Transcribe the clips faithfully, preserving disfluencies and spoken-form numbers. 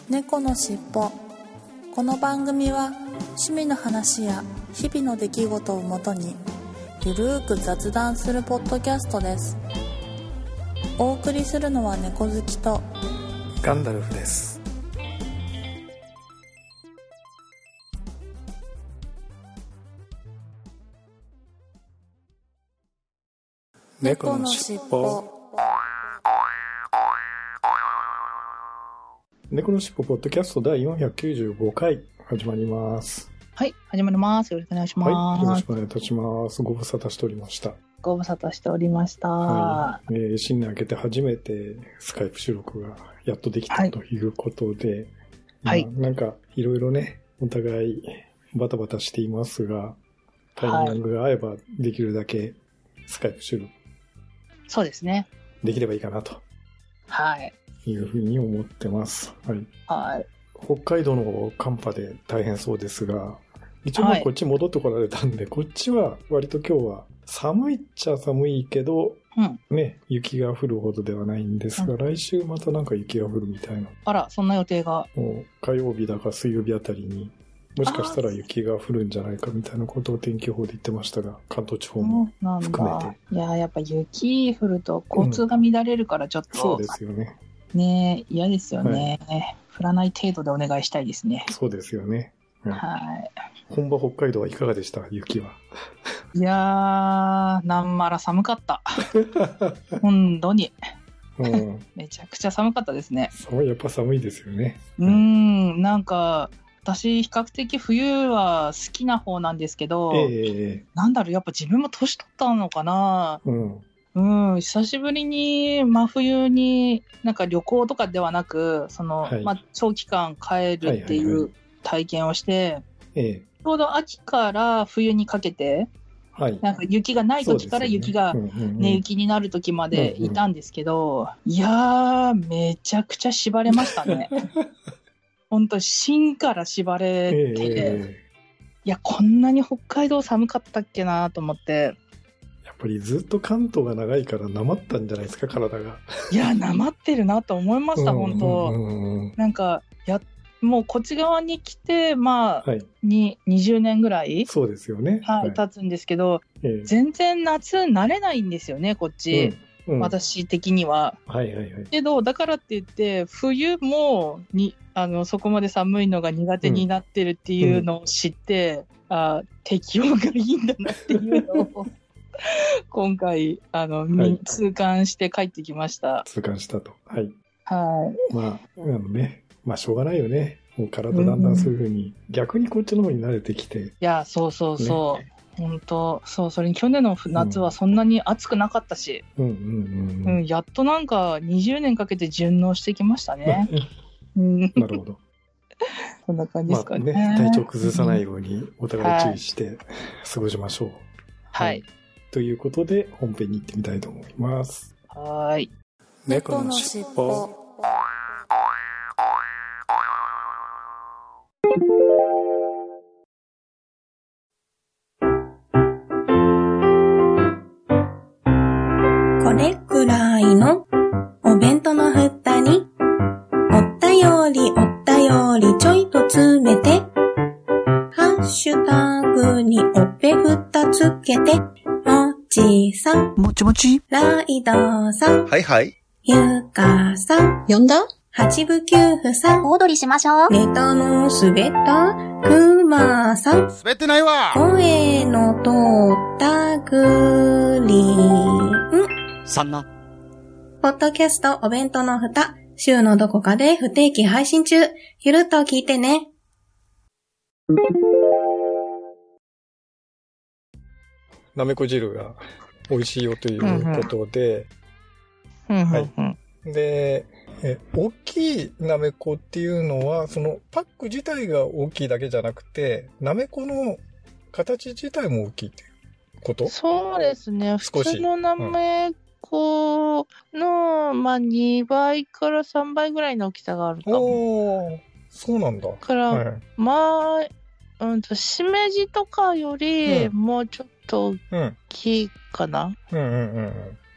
猫のしっぽ。この番組は趣味の話や日々の出来事をもとにゆるーく雑談するポッドキャストです。お送りするのは猫好きとガンダルフです。 猫のしっぽ。 猫のしっぽポッドキャスト第よんひゃくきゅうじゅうごかい始まります。 はい、始まります。よろしくお願いします。 はい、よろしくお願いいたします。ご無沙汰しておりました。 ご無沙汰しておりました。 はい、えー、新年明けて初めてスカイプ収録がやっとできたということで、はい。まあ、なんかいろいろね、お互いバタバタしていますが、タイミングが合えばできるだけスカイプ収録、 そうですね。 できればいいかなと。 はい。 いうふうに思ってます。はい。 はい。 北海道の寒波で大変そうですが、一応こっち戻ってこられたんで、はい、こっちは割と今日は寒いっちゃ寒いけど、うん、ね、雪が降るほどではないんですが、うん、来週またなんか雪が降るみたいな。 あら、そんな予定が。 もう火曜日だか水曜日あたりに、もしかしたら雪が降るんじゃないかみたいなことを天気予報で言ってましたが、関東地方も含めて。 いや、やっぱ雪降ると交通が乱れるからちょっと、うん、 そうですよね。 ねえ、嫌ですよね、はい。降らない程度でお願いしたいですね。 そうですよね。 うん、はい。 本場北海道はいかがでした？雪は。 いやー、なんまら寒かった。本当に。うん、めちゃくちゃ寒かったですね。 そう、やっぱ寒いですよね。 うーん、なんか、私比較的冬は好きな方なんですけど、えー、なんだろう、やっぱ自分も年取ったのかな。うんうん、久しぶりに真冬になんか旅行とかではなく、その、はい、まあ、長期間帰るっていう体験をして、はいはいはい、ちょうど秋から冬にかけて、はい、なんか雪がない時から雪が寝雪になる時までいたんですけど、うんうん、いやー、めちゃくちゃ縛れましたね。本当芯から縛れて、えー、いや、こんなに北海道寒かったっけなと思って。 やっぱりずっと関東が長いからなまったんじゃないですか、体が。 いや、なまってるなと思いました、本当、うんうん、なんかやもうこっち側に来てまあ、はい、ににじゅうねんぐらい、 そうですよね、 はい、経つんですけど、えー、全然夏慣れないんですよね、こっち、うんうん、私的には。はいはいはい。けどだからって言って冬もにあのそこまで寒いのが苦手になってるっていうのを知って、うん、あ、適応がいいんだなっていうのを今回あの、はい、痛感して帰ってきました。 痛感したと。はい。 はい。 まあ、あのね、まあしょうがないよね。もう体だんだんそういう風に、うん、逆にこっちの方に慣れてきて。いや、そうそうそう。ね、本当そう、それに去年の夏はそんなに暑くなかったし、うんうんうんうん、やっとなんかにじゅうねんかけて順応してきましたね。 なるほど。 こんな感じですかね。 まあね、体調崩さないようにお互い注意して過ごしましょう。 はい。はい、 ということで本編に行ってみたいと思います。 はい。 猫のしっぽ。 これくらいのお弁当の蓋におったよりおったよりちょいと詰めてハッシュタグにおっぺふたつけてもちさんもちもちライドさんはいはいゆかさん呼んだ八部九夫さん大踊りしましょうネタの滑ったくまさん滑ってないわ声の通ったグリーンさんなポッドキャストお弁当の蓋週のどこかで不定期配信中ゆるっと聞いてね。 なめこ汁が美味しいよということで、 うんうんはいうん、でえ大きいなめこっていうのはそのパック自体が大きいだけじゃなくてなめこの形自体も大きいっていうこと？ そうですね。普通のなめこの、うん、まあにばいからさんばいぐらいの大きさがあるかも。 おー、そうなんだ。 から、はい、まあ、うんとしめじとかよりもうちょっと大きいかな。 うんうんうんうん。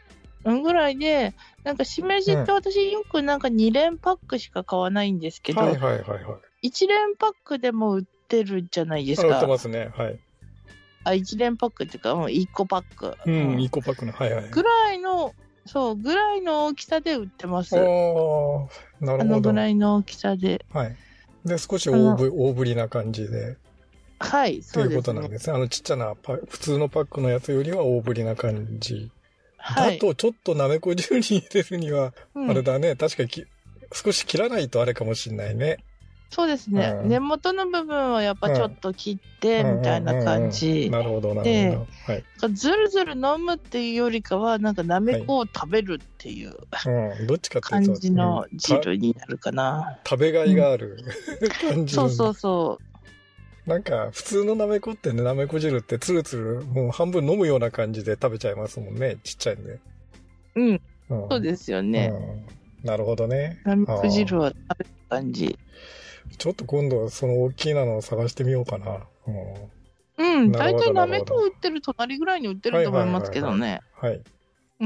ぐらいで、なんかしめじって私よくなんかに連パックしか買わないんですけど、 はいはいはいはい。 いち連パックでも売ってるじゃないですか。 売ってますね。はい。 あ、いち連パックっていうか、もういっこパック。 うん、いっこパックの、はいはい。 ぐらいの、そう、ぐらいの大きさで売ってます。ああ、 なるほど。あのぐらいの大きさで。 はい。で、少し大ぶ大ぶりな感じで。 はい、そうですね。 ということなんですね。あのちっちゃなパ、普通のパックのやつよりは大ぶりな感じ。はい。だと、ちょっとなめこ汁に入れるには、うん、あれだね。確かにき、少し切らないとあれかもしれないね。 そうですね、うん。根元の部分はやっぱちょっと切って、みたいな感じ。 なるほど、なるほど。はい。 ずるずる飲むっていうよりかは、なんかなめこを食べるっていう、 はい、うん、どっちかっていうと感じの汁になるかな。 食べがいがある、うん、感じ。 そうそうそう。 なんか、普通のなめこってね、なめこ汁ってつるつる、もう半分飲むような感じで食べちゃいますもんね。ちっちゃいんで。 うん。うん、そうですよね、 うん。なるほどね。 なめこ汁は食べる感じ。 ちょっと今度はその大きいなのを探してみようかな。 うん。うん。大体なめこ売ってる隣ぐらいに売ってると思いますけどね。 はい。 うん。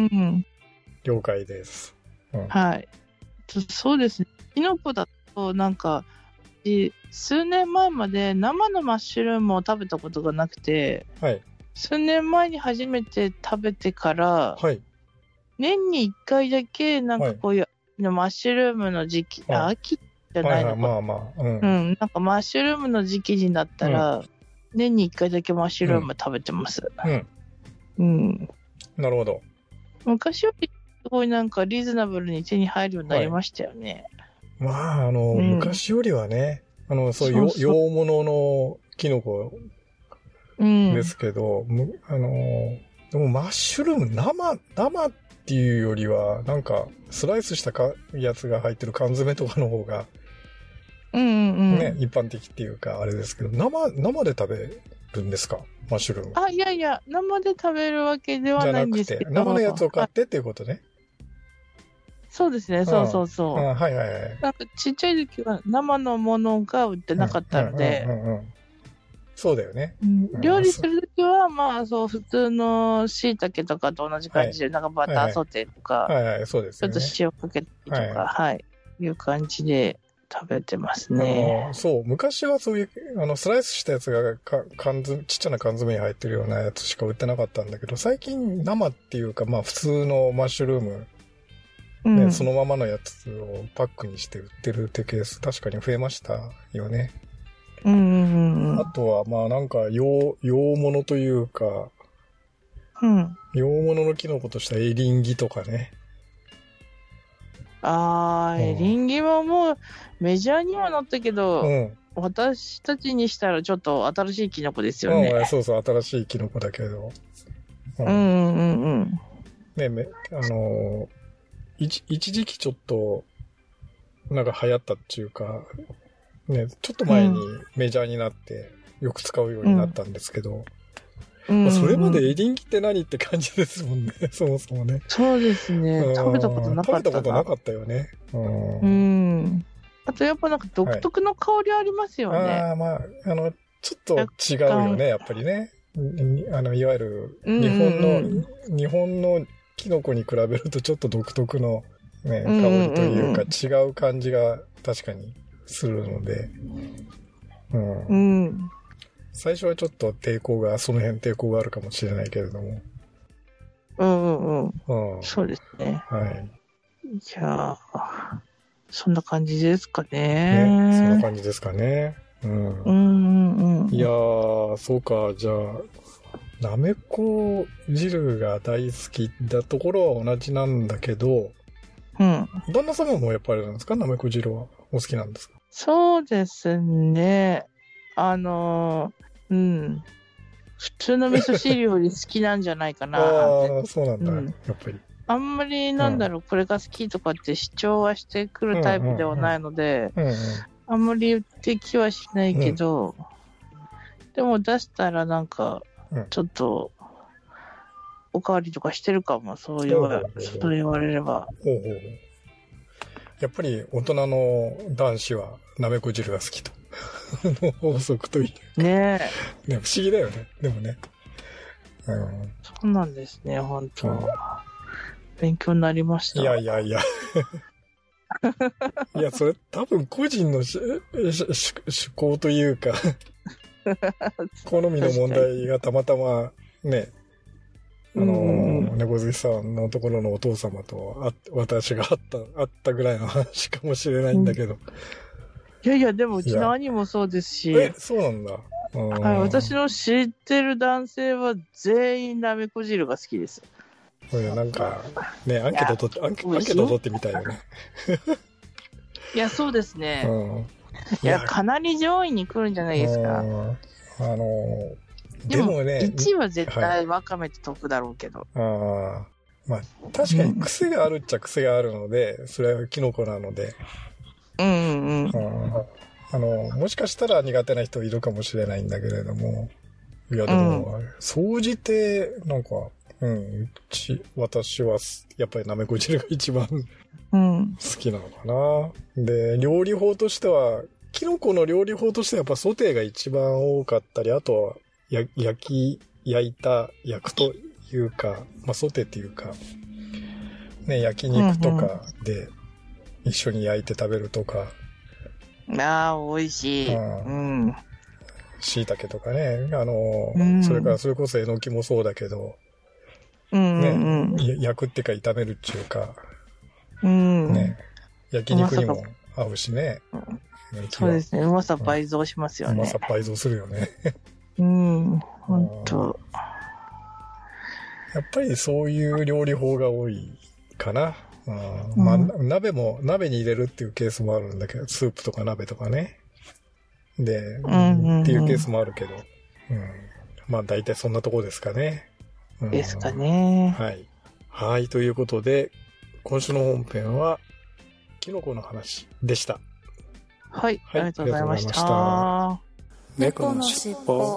了解です。 うん、はい。そうですね。キノコだとなんか、数年前まで生のマッシュルームを食べたことがなくて、 はい、 数年前に初めて食べてから、 はい、 年にいっかいだけなんかこういう、はい、マッシュルームの時期、はい、秋じゃないのか、 はいはい、まあまあ、うん、 うん、なんかマッシュルームの時期になったら、うん、年にいっかいだけマッシュルーム食べてます。 うん。 うん。 なるほど。 昔よりすごいなんかリーズナブルに手に入るようになりましたよね。 はい、まあ、あの、うん、昔よりはね、あの、そういう、洋物のキノコですけど、うん、あの、でもマッシュルーム、生、生っていうよりは、なんか、スライスしたかやつが入ってる缶詰とかの方が、 うんうんうん、 ね、一般的っていうか、あれですけど、生、生で食べるんですかマッシュルーム。 あ、いやいや、生で食べるわけではないんですけど。 じゃなくて、生のやつを買ってっていうことね。 そうですね、そうそうそう。 ああ、はいはいはい。 なんかちっちゃい時は生のものが売ってなかったので。 そうだよね、 うん。料理するときは、まあそう、普通の椎茸とかと同じ感じで、はい、なんかバターソテーとか、 はいはい、そうですね。ちょっと塩かけたりとか、はい、はい、いう感じで食べてますね。 そう、昔はそういう、あの、スライスしたやつがか缶詰、ちっちゃな缶詰に入ってるようなやつしか売ってなかったんだけど、最近生っていうか、まあ普通のマッシュルーム、ね、うん、そのままのやつをパックにして売ってるってケース確かに増えましたよね。 うんうんうん、 あとはまあなんか洋、洋物というか、 うん、 洋物のキノコとしたエリンギとかね。 あー、エリンギはもうメジャーにはなったけど、うん、私たちにしたらちょっと新しいキノコですよね。 うん、そうそう、新しいキノコだけど。 うん、うんうんうんね、め、あのー、一、一時期ちょっと、なんか流行ったっていうか、ね、ちょっと前にメジャーになって、よく使うようになったんですけど、うん、まあ、それまでエリンギって何って感じですもんね、そもそもね。 そうですね。食べたことなかったな。 食べたことなかったよね。 うん。うん。あとやっぱなんか独特の香りありますよね。はい、 ああ、まあ、あの、ちょっと違うよね、やっぱりね。あの、いわゆる、日本の、うんうん、日本のキノコに比べるとちょっと独特の、ね、香りというか違う感じが確かにするので、うんうん、 最初はちょっと抵抗が、その辺抵抗があるかもしれないけれども。 うんうんうん。 うん、 そうですね。 はい。 じゃあ、そんな感じですかね。 ね、そんな感じですかね。うん。 うんうんうん。 いやー、そうか、じゃあ、なめこ汁が大好きだところは同じなんだけど、 うん。 旦那様もやっぱりなんですか？なめこ汁はお好きなんですか？ そうですね。あのー、うん。普通の味噌汁より好きなんじゃないかな。 ああ、そうなんだ、うん、やっぱり。 あんまりなんだろう、うん、これが好きとかって主張はしてくるタイプではないので、 うんうんうん、 あんまり言ってきはしないけど、うん、でも出したらなんか、ちょっと、おかわりとかしてるかも、そう言われ、そう言われれば。 ほうほう。やっぱり大人の男子はなめこ汁が好きと。の法則というか。 ねえ。 ね、不思議だよね。でもね。 うん、そうなんですね、本当、 うん、 勉強になりました。 いやいやいや。いや、それ多分個人のしし趣向というか、好みの問題がたまたまね、あの、猫好きさんのところのお父様とあ私があった、あったぐらいの話かもしれないんだけど。うん、 いやいや、でもうちの兄もそうですし。 え、そうなんだ。 はい、私の知ってる男性は全員なめこ汁が好きです。 いや、なんか、ね、アンケート取って、アンケート取ってみたいよね。 いや、そうですね。 うん、 いや、かなり上位に来るんじゃないですか。 あのー、 でもね、いちいは絶対わかめて得だろうけど。 はい、ああ。まあ、確かに癖があるっちゃ癖があるので、うん、それはキノコなので。 うんうんうん。 あの、もしかしたら苦手な人いるかもしれないんだけれども。いや、でも、総じて、なんか、うん、うち、私は、やっぱりなめこ汁が一番、 うん、 好きなのかな。で、料理法としては、キノコの料理法としてはやっぱソテーが一番多かったり、あとは、や焼き、焼いた、焼くというか、まあソテーっていうか、ね、焼肉とかで一緒に焼いて食べるとか。 うんうん、ああ、美味しい。うん。 椎茸とかね、あの、うん、それからそれこそえのきもそうだけど、 うんうんね、焼くってか炒めるっていうか、 うんね、焼肉にも合うしね。 うん、そうですね。うまさ倍増しますよね。 うまさ倍増するよね。 うん、ほんと。 やっぱりそういう料理法が多いかな。うん、まあ、鍋も、鍋に入れるっていうケースもあるんだけど、スープとか鍋とかね。で、 うんうんうん、 っていうケースもあるけど、うん、まあ大体そんなとこですかね。 うん、ですかね。 はい。はい、ということで、今週の本編は、キノコの話でした。 はい、はい、ありがとうございました。 猫のしっぽ。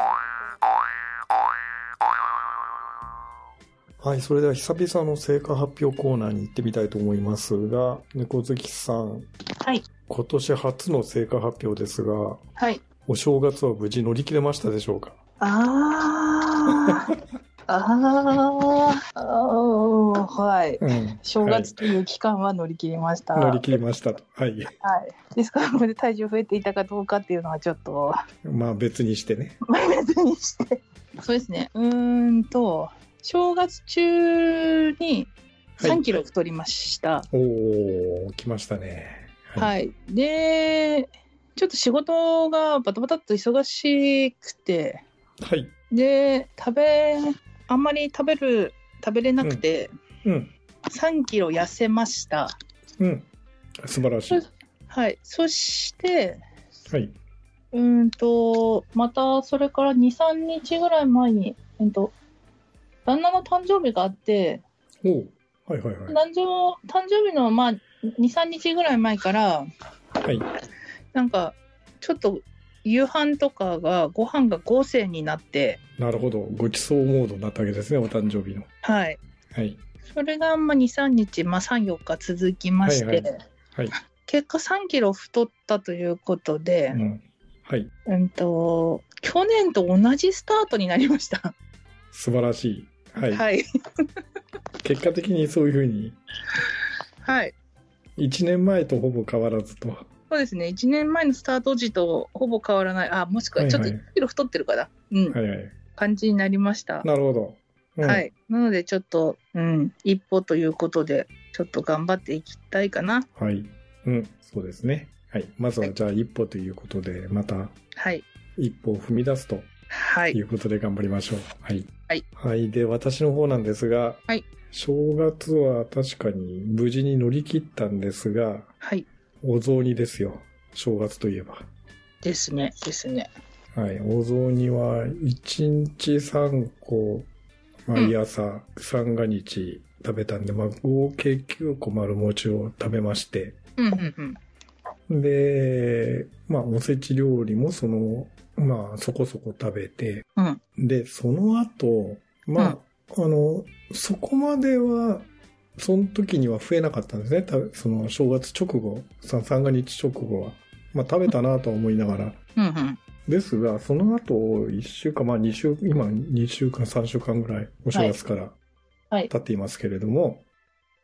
はい、それでは久々の成果発表コーナーに行ってみたいと思いますが、猫好きさん。 はい。 今年初の成果発表ですが、 はい。 お正月は無事乗り切れましたでしょうか？ あー。ああ、はい、うん。正月という期間は乗り切りました。 はい、乗り切りましたと。はい。はい。 ですから、ここで体重増えていたかどうかっていうのはちょっと。 まあ別にしてね。 まあ別にして。そうですね。うーんと、正月中にさんキロ太りました。 はい、おー、来ましたね。 はい。はい、で、ちょっと仕事がバタバタっと忙しくて。 はい。 で、食べ、あんまり食べる、食べれなくて、 うんうん、 さんキロ痩せました。 うん。素晴らしい。 はい。そして、 はい。 うんと、またそれからに、さんにちぐらい前に、えっと、旦那の誕生日があって、 おう。はいはいはい。 誕生、誕生日の、まあ、に、さんにちぐらい前から、 はい。 なんか、ちょっと、夕飯とかが、ご飯が豪勢になって。 なるほど。ごちそうモードになったわけですね、お誕生日の。 はい。 はい。 それが、まあ、に、さんにち、まあ、さん、よっか続きまして、はい、 はいはい、 結果さんキロ太ったということで、 うん、はい。 うんと、去年と同じスタートになりました。 素晴らしい。はい。 はい、 結果的にそういうふうに。 はい。 いちねんまえとほぼ変わらずと。 そうですね。いちねんまえのスタート時とほぼ変わらない。あ、もしくはちょっといちキロ太ってるかな。はいはい、うん。はいはい。感じになりました。 なるほど。 うん、はい。なのでちょっと、うん、一歩ということで、ちょっと頑張っていきたいかな。 はい。うん、そうですね。はい。まずはじゃあ一歩ということで、また、 はい。 一歩を踏み出すと。 はい。 いうことで頑張りましょう。はい。 はい。 はい。で、私の方なんですが、 はい。 正月は確かに無事に乗り切ったんですが、 はい。 お雑煮ですよ。正月といえば。 ですね。ですね。 はい。お雑煮はいちにちさんこ、毎朝三が日食べたんで、うん、まあ合計きゅうこ丸餅を食べまして、 うんうんうん、で、まあおせち料理もその、まあそこそこ食べて、 うん、 で、その後、まあ、うん、あの、そこまでは、その時には増えなかったんですね。その正月直後、三が日直後は。まあ食べたなとは思いながら。 うんうん、ですが、その後、いっしゅうかん、まあに週、今にしゅうかん、さんしゅうかんぐらい、お正月から経っていますけれども、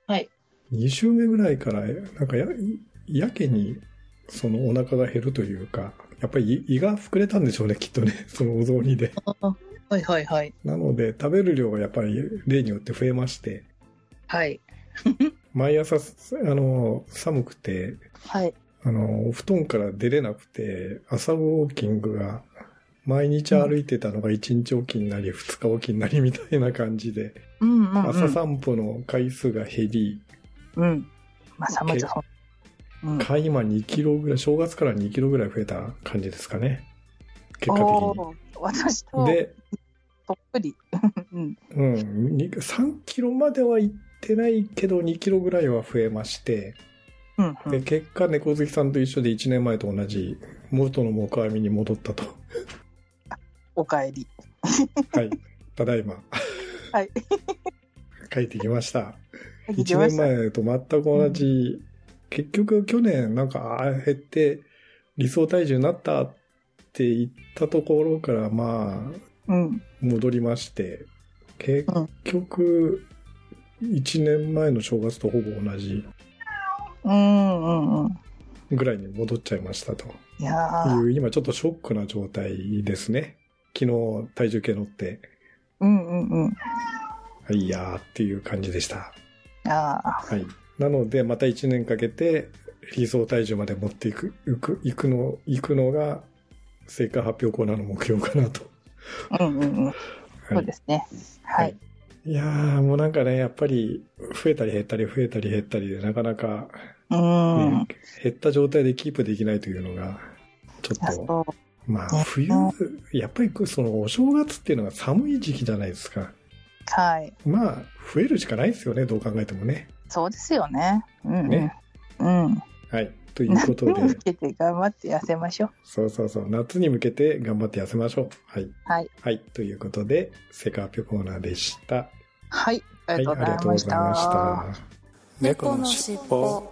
はい。 に週目ぐらいから、なんかや、やけに、そのお腹が減るというか、やっぱり胃が膨れたんでしょうね、きっとね、そのお雑煮で。 はいはいはい。 なので、食べる量がやっぱり例によって増えまして。 はい。 毎朝、あの、寒くて、 はい。 あの、お布団から出れなくて、朝ウォーキングが、毎日歩いてたのがいちにちおきになり、ふつかおきになりみたいな感じで、 うんうんうん、 朝散歩の回数が減り、 うん。まあ寒いとそう。うん。 今にキロぐらい、正月からにキロぐらい増えた感じですかね。結果的に。 私と、 で、 とっぷり。 うん。さんキロまでは行ってないけど、にキロぐらいは増えまして、 うんうん、 で結果、猫好きさんと一緒でいちねんまえと同じ、元の木阿弥に戻ったと。 おかえり。 はい。ただいま。 はい。 帰ってきました。いちねんまえと全く同じ、うん、結局去年なんか減って理想体重になったって言ったところからまあ、うん、戻りまして、結局いちねんまえの正月とほぼ同じぐらいに戻っちゃいましたという今ちょっとショックな状態ですね。昨日体重計乗って、 うんうんうん、 いやーっていう感じでした。 あはい。なのでまたいちねんかけて理想体重まで持っていく、いく、いくの、いくのが成果発表コーナーの目標かなと。 うんうんうん。はい、そうですね。はい。はい、 いやーもうなんかね、やっぱり増えたり減ったり増えたり減ったりでなかなか、 うん、 ね、減った状態でキープできないというのがちょっと、まあ冬、やっぱりそのお正月っていうのが寒い時期じゃないですか。 はい。 まあ増えるしかないですよね、どう考えてもね。 そうですよね。うん、うん。 ね。 うん。 はい。ということで。 夏に向けて頑張って痩せましょう。 そうそうそう。夏に向けて頑張って痩せましょう。はい。 はい。 はい。ということで、セカ発表コーナーでした。 はい。ありがとうございました。はい、ありがとうございました。 猫のしっぽ。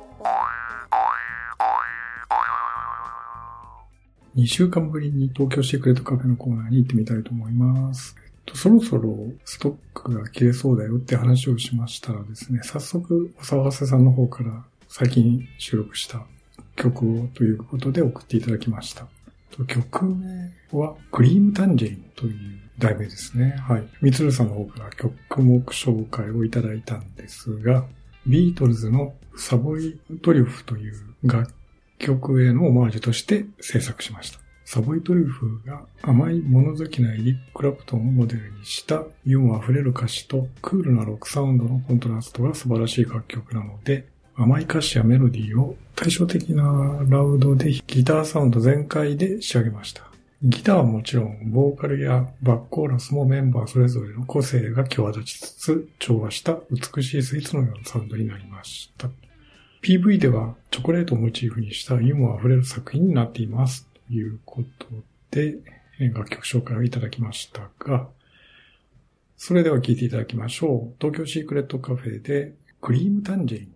にしゅうかんぶりに東京シークレットカフェのコーナーに行ってみたいと思います。そろそろストックが切れそうだよって話をしましたらですね、早速お騒がせさんの方から最近収録した曲をということで送っていただきました。曲名はクリームタンジェリンという題名ですね。はい。みつるさんの方から曲目紹介をいただいたんですが、ビートルズのサボイトリュフという楽曲へのオマージュとして制作しました。サボイトリュフが甘い物好きなエリック・クラプトンをモデルにしたユーモア溢れる歌詞とクールなロックサウンドのコントラストが素晴らしい楽曲なので、甘い歌詞やメロディーを対照的なラウドでギターサウンド全開で仕上げました。ギターはもちろんボーカルやバックコーラスもメンバーそれぞれの個性が際立ちつつ調和した美しいスイーツのようなサウンドになりました。ピーブイ ではチョコレートをモチーフにしたユーモア溢れる作品になっています。ということで楽曲紹介をいただきましたが、それでは聴いていただきましょう。東京シークレットカフェでクリームタンジェリン。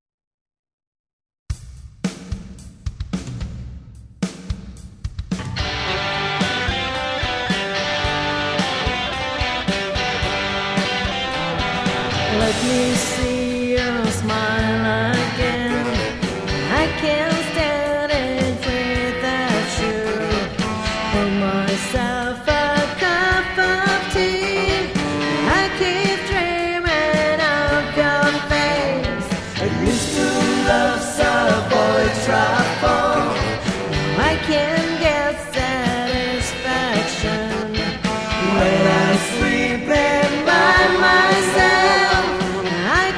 Let me see your smile again. I can't stand it without you. Pour myself a cup of tea. I keep dreaming of your face. I used to love Savoy truffle. Now I can't get satisfaction when I sleep and by myself. I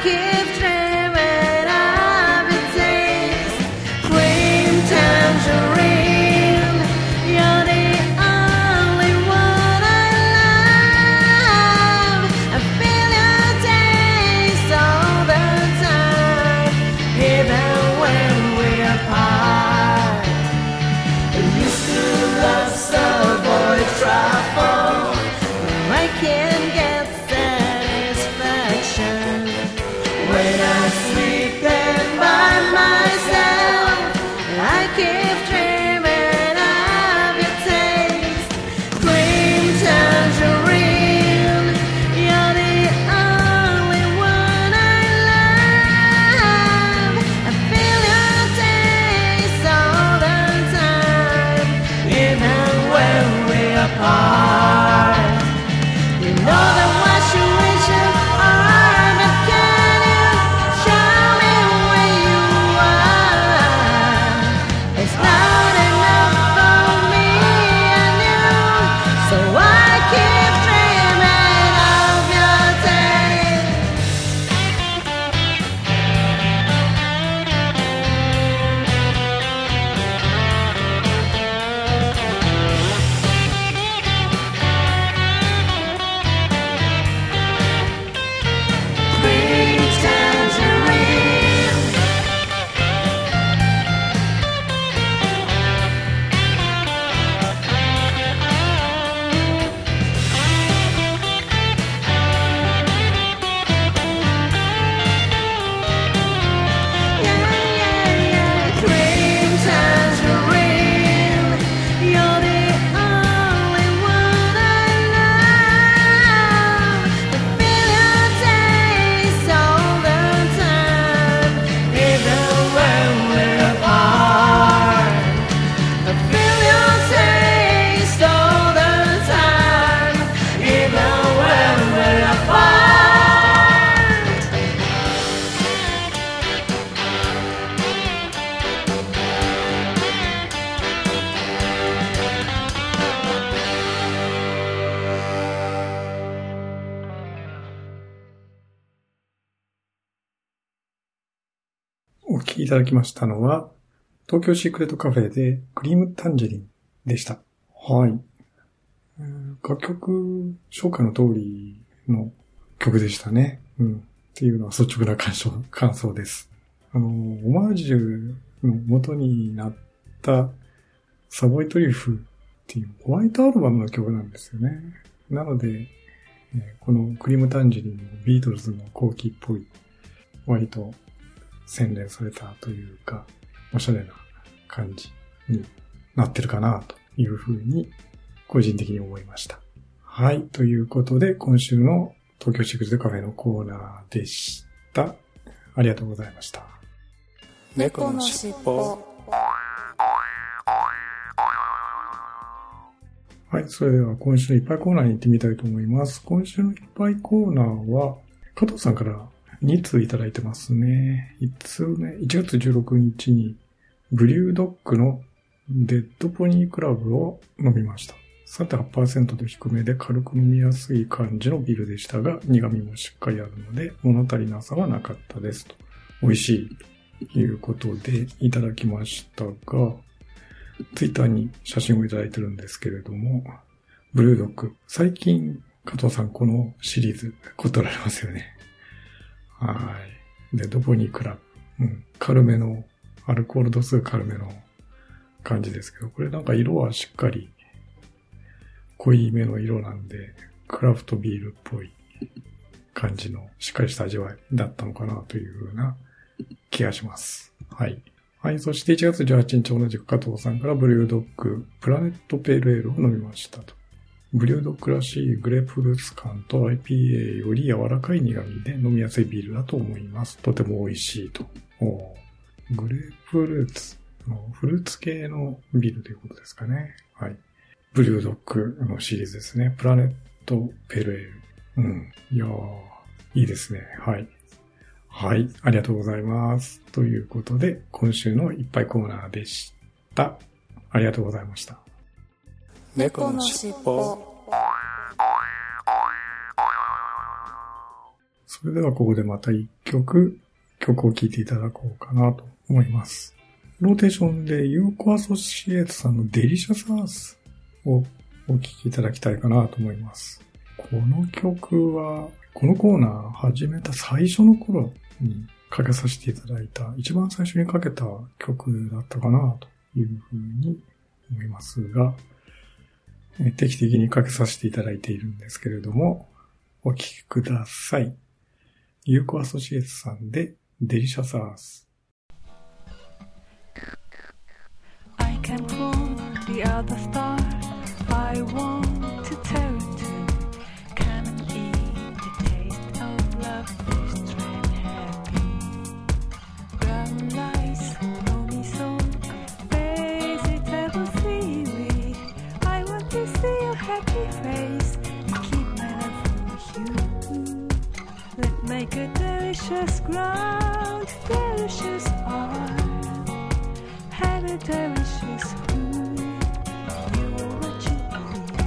いただきましたのは、東京シークレットカフェでクリームタンジェリンでした。はい。楽曲紹介の通りの曲でしたね。うん。っていうのは率直な感想、感想です。あの、オマージュの元になったサボイトリュフっていうホワイトアルバムの曲なんですよね。なので、このクリームタンジェリンのビートルズの後期っぽい、割と洗練されたというか、おしゃれな感じになってるかなというふうに個人的に思いました。はい。ということで、今週の東京シークレットカフェのコーナーでした。ありがとうございました。 猫のしっぽ。 はい。それでは今週のいっぱいコーナーに行ってみたいと思います。今週のいっぱいコーナーは、加藤さんからに通いただいてますね。いつつめ、いちがつじゅうろくにちにブリュードッグのデッドポニークラブを飲みました。さんてんはちパーセント と低めで軽く飲みやすい感じのビールでしたが、苦味もしっかりあるので物足りなさはなかったですと。美味しいということでいただきましたが、ツイッターに写真をいただいてるんですけれども、ブルードッグ、最近加藤さんこのシリーズ断られますよね。はい。デッドポニークラブ、うん、軽めのアルコール度数軽めの感じですけど、これなんか色はしっかり濃いめの色なんで、クラフトビールっぽい感じのしっかりした味わいだったのかなというふうな気がします。はい。はい。そしていちがつじゅうはちにち同じく加藤さんからブリュードッグプラネットペールエールを飲みましたと。ブリュードッグらしいグレープフルーツ感と アイピーエー より柔らかい苦味で飲みやすいビールだと思います。とても美味しいと。おグレープフルーツのフルーツ系のビールということですかね。はい。ブリュードッグのシリーズですね。プラネットペールエール。うん。いやー、いいですね。はい。はい。ありがとうございます。ということで、今週のいっぱいコーナーでした。ありがとうございました。 猫のしっぽ。 それではここでまた一曲、曲を聴いていただこうかなと思います。ローテーションでユーコアソシエイトさんのデリシャスアースをお聴きいただきたいかなと思います。この曲は、このコーナー始めた最初の頃にかけさせていただいた、一番最初にかけた曲だったかなというふうに思いますが、定期的にかけさせていただいているんですけれども、お聴きください。ユーコアソシエイトさんでデリシャスアース。 I came home the other star I want to tell you to come and eat the taste of love is straight happy brown rice, no miso, vegetable seaweed I want to see your happy face and keep my love for you. Let's make a delicious ground, delicious art have a delicious food. You are what you eat.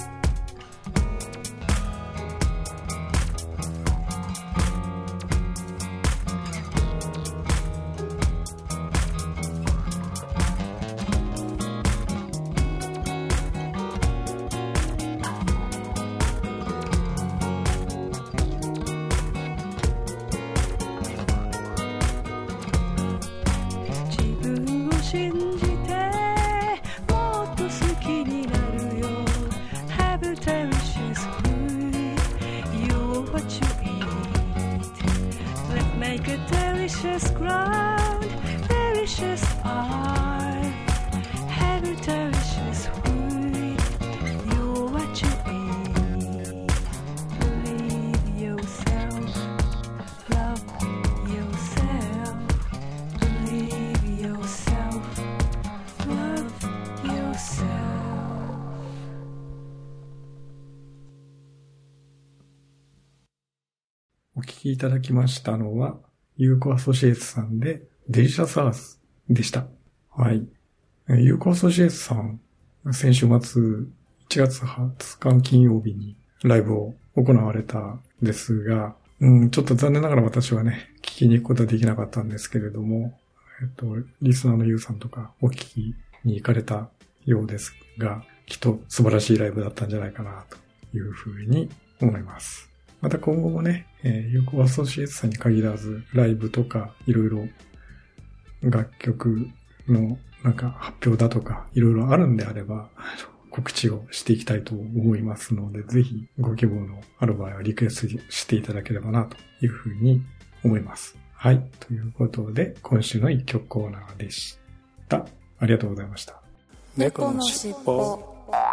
Delicious ground, delicious art. Have a delicious food. You're what you eat. Believe yourself, love yourself. Believe yourself, love yourself. お聞きいただきましたのは、ユーコアソシエイツさんでデリシャスアースでした。はい。ユーコアソシエイツさん、先週末いちがつはつか金曜日にライブを行われたんですが、うん、ちょっと残念ながら私はね、聞きに行くことはできなかったんですけれども、 えっと、リスナーのゆうさんとかお聞きに行かれたようですが、きっと素晴らしいライブだったんじゃないかなというふうに思います。また今後もね、えー、ユーコアソシエイツさんに限らず、ライブとかいろいろ楽曲のなんか発表だとかいろいろあるんであれば、告知をしていきたいと思いますので、ぜひご希望のある場合はリクエストしていただければなというふうに思います。はい。ということで、今週の一曲コーナーでした。ありがとうございました。 猫のしっぽ。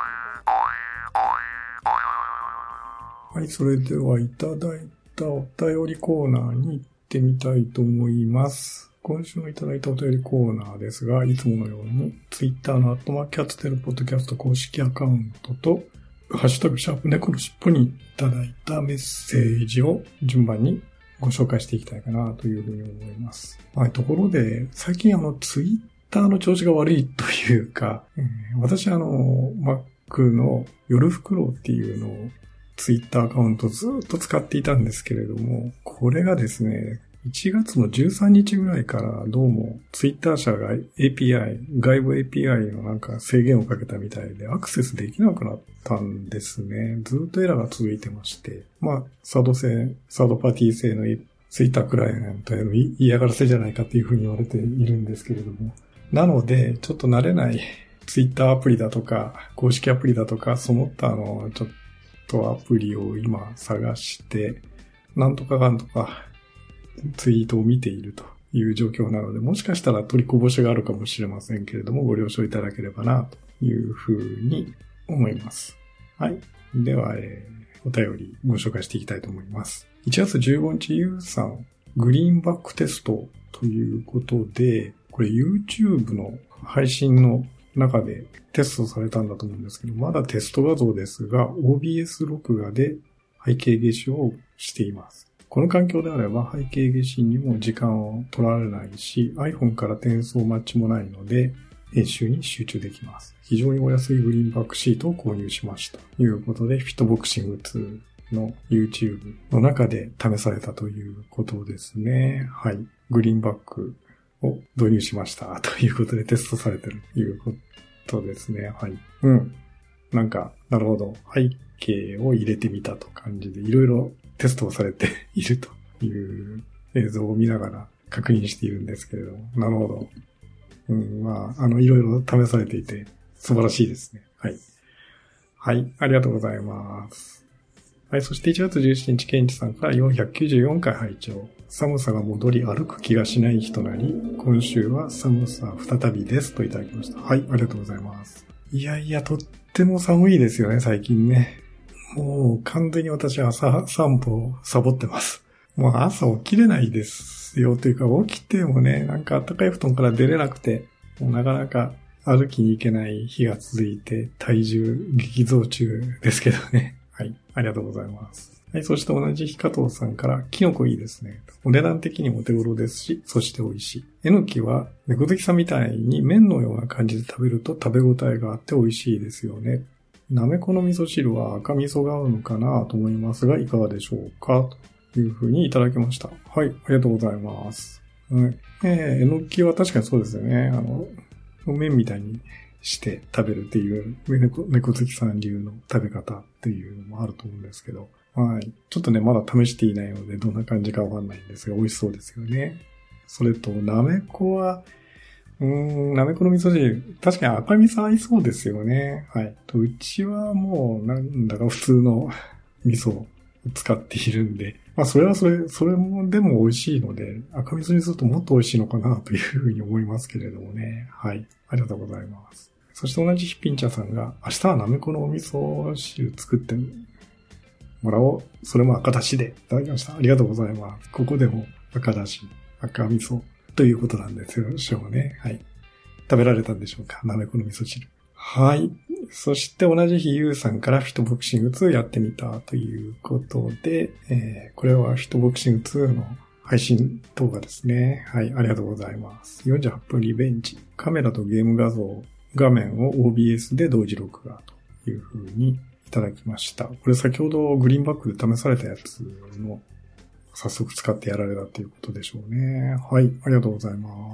はい、それではいただいたお便りコーナーに行ってみたいと思います。今週のいただいたお便りコーナーですが、いつものように、ツイッターのアットマークキャッツテルポッドキャスト公式アカウントと、ハッシュタグシャープ猫のしっぽにいただいたメッセージを順番にご紹介していきたいかなというふうに思います。はい、ところで、最近あの、ツイッターの調子が悪いというか、えー、私あの、Mac の夜フクロウっていうのをツイッターアカウントずっと使っていたんですけれども、これがですね、いちがつのじゅうさんにちぐらいからどうもツイッター社が エーピーアイ、外部 エーピーアイ のなんか制限をかけたみたいでアクセスできなくなったんですね。ずっとエラーが続いてまして。まあ、サード製、サードパーティー製のツイッタークライアントへの嫌がらせじゃないかっていうふうに言われているんですけれども。なので、ちょっと慣れないツイッターアプリだとか、公式アプリだとか、その他のちょっとアプリを今探して、なんとかかんとか、ツイートを見ているという状況なので、もしかしたら取りこぼしがあるかもしれませんけれども、ご了承いただければなというふうに思います。はい。では、えー、お便りご紹介していきたいと思います。いちがつじゅうごにち、ゆうさん、グリーンバックテストということで、これ YouTube の配信の中でテストされたんだと思うんですけど、まだテスト画像ですが、オービーエス 録画で背景消しをしています。この環境であれば背景消しにも時間を取られないし、iPhone から転送マッチもないので、編集に集中できます。非常にお安いグリーンバックシートを購入しました。ということで、フィットボクシングツーの YouTube の中で試されたということですね。はい。グリーンバックを導入しました。ということでテストされてるということですね。はい。うん。なんか、なるほど。背景を入れてみたと感じで、いろいろテストをされているという映像を見ながら確認しているんですけれども。なるほど。うん、まあ、あの、いろいろ試されていて素晴らしいですね。はい。はい、ありがとうございます。はい、そしていちがつじゅうしちにち、ケンチさんからよんひゃくきゅうじゅうよんかい拝聴。寒さが戻り歩く気がしない日となり、今週は寒さ再びですといただきました。はい、ありがとうございます。いやいや、とっても寒いですよね、最近ね。もう完全に私は朝散歩をサボってます。もう朝起きれないですよというか、起きてもね、なんか暖かい布団から出れなくて、もうなかなか歩きに行けない日が続いて、体重激増中ですけどね。はい、ありがとうございます。はい、そして同じ日加藤さんから、キノコいいですね。お値段的にも手頃ですし、そして美味しい。えのきは猫好きさんみたいに麺のような感じで食べると食べ応えがあって美味しいですよね。なめこの味噌汁は赤味噌が合うのかなと思いますが、いかがでしょうかというふうにいただきました。はい、ありがとうございます。うん、えー、えのきは確かにそうですよね。あの、麺みたいにして食べるっていう、猫、猫好きさん流の食べ方っていうのもあると思うんですけど、はい。ちょっとね、まだ試していないので、どんな感じかわかんないんですが、美味しそうですよね。それと、なめこは、うーん、なめこの味噌汁、確かに赤味噌合いそうですよね。はい。と、うちはもう、なんだか普通の味噌を使っているんで、まあ、それはそれ、それもでも美味しいので、赤味噌にするともっと美味しいのかなというふうに思いますけれどもね。はい。ありがとうございます。そして同じヒッピンチャーさんが、明日はなめこのお味噌汁作ってもらおう。それも赤だしでいただきました。ありがとうございます。ここでも赤だし、赤味噌ということなんですよ。しょうね。はい。食べられたんでしょうか。なめこの味噌汁。はい。そして同じ日、ゆうさんからフィットボクシングツーやってみたということで、えー、これはフィットボクシングツーの配信動画ですね。はい。ありがとうございます。よんじゅうはっぷんリベンジ。カメラとゲーム画像、画面を オービーエス で同時録画というふうにいただきました。これ先ほどグリーンバックで試されたやつの早速使ってやられたということでしょうね。はい。ありがとうございます。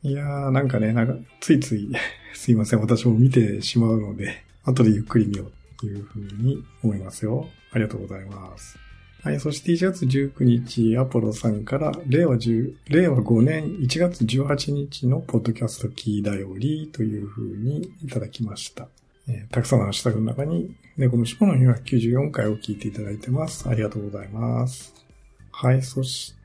いやー、なんかね、なんか、ついつい、すいません、私も見てしまうので、後でゆっくり見ようというふうに思いますよ。ありがとうございます。はい、そしていちがつじゅうくにち、アポロさんから、令和10、令和ごねんいちがつじゅうはちにちのポッドキャストキーだよりというふうにいただきました。えー、たくさんのハッシュタグの中に、猫のしっぽのにひゃくきゅうじゅうよんかいを聞いていただいてます。ありがとうございます。はい、そして、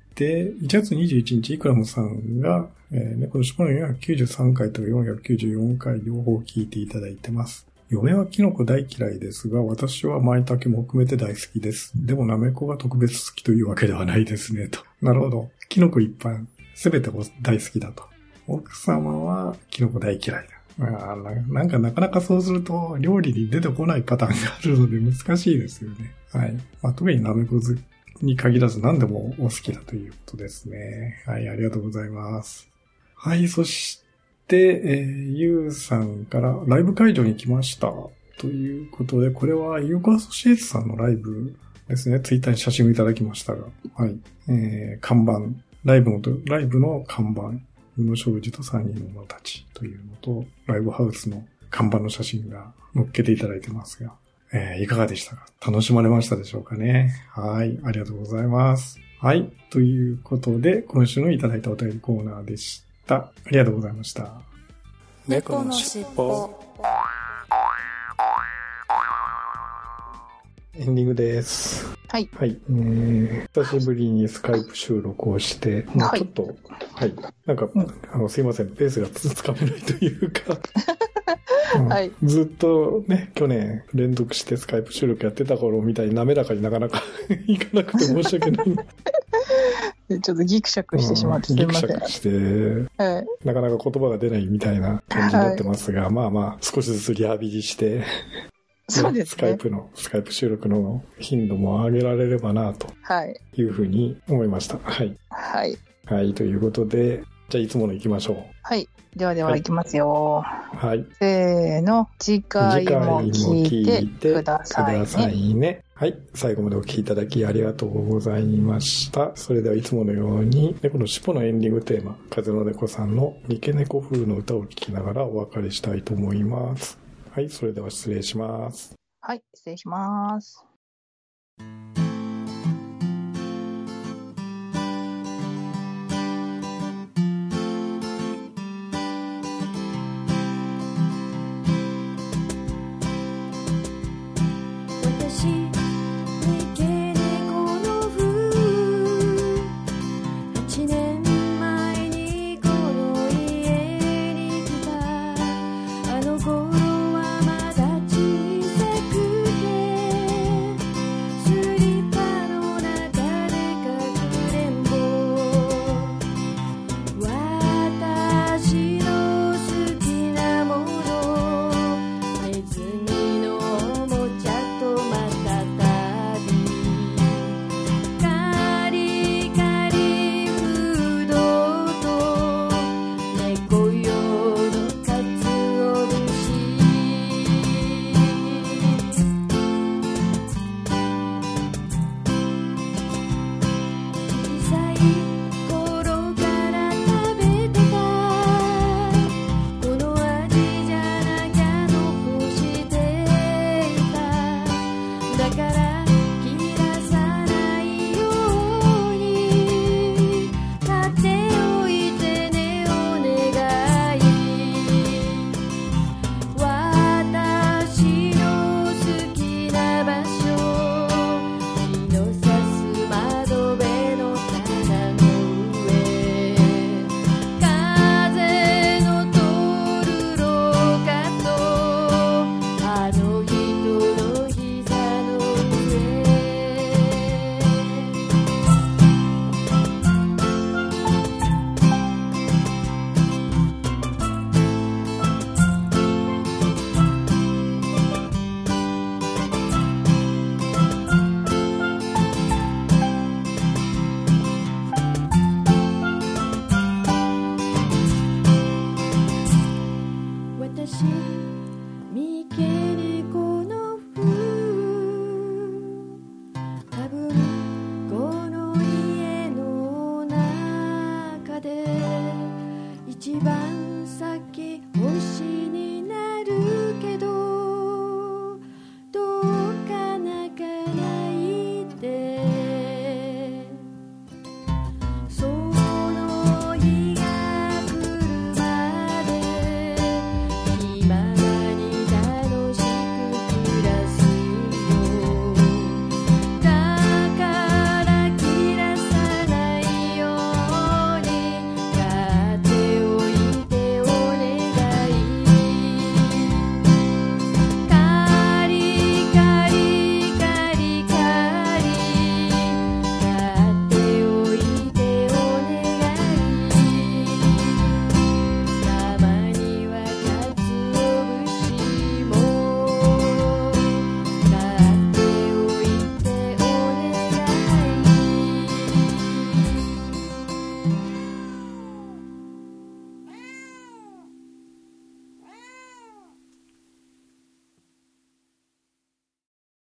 いちがつにじゅういちにち、イクラムさんが、えー、猫のしっぽのよんひゃくきゅうじゅうさんかいとよんひゃくきゅうじゅうよんかい両方聞いていただいてます。嫁はキノコ大嫌いですが、私は舞茸も含めて大好きです。でもナメコが特別好きというわけではないですね、と。なるほど。キノコ一般、すべて大好きだと。奥様はキノコ大嫌いだ。あなんかなかなかそうすると料理に出てこないパターンがあるので難しいですよね。はい。まあ、特にナメコに限らず何でもお好きだということですね。はい、ありがとうございます。はい、そしてで、えー、ゆうさんからライブ会場に来ましたということで、これはユーコアソシエイツさんのライブですね。ツイッターに写真をいただきましたが、はい。えー、看板、ライブの、ライブの看板、宇野昌司とさんにんの者たちというのと、ライブハウスの看板の写真が載っけていただいてますが、えー、いかがでしたか？楽しまれましたでしょうかね。はい。ありがとうございます。はい。ということで、今週のいただいたお便りコーナーでした。ありがとうございました。 猫のしっぽ。 エンディングです。 はい。 はい。えー、久しぶりにスカイプ収録をして、もうちょっと、はい。はい、なんか、うん、あの、すいません、ペースがつかめないというか、うん、はい。ずっとね、去年連続してスカイプ収録やってた頃みたいに滑らかになかなかいかなくて申し訳ない。 ちょっとギクシャクしてしまって、うん、すいません。 ギクシャクして、はい、なかなか言葉が出ないみたいな感じになってますが、はい、まあまあ、少しずつリハビリして、 そうですね。 スカイプの、スカイプ収録の頻度も上げられればな、というふうに思いました。はい。 はい。 はい、ということで、じゃあいつもの行きましょう。 はい。ではでは行きますよ。 はい。 せーの。次回も聞いてくださいね。くださいね。 はい。最後までお聞きいただきありがとうございました。それではいつものように、猫のしっぽのエンディングテーマ、風の猫さんの三毛猫風の歌を聴きながらお別れしたいと思います。はい。それでは失礼します。 はい。失礼します。一番欲しい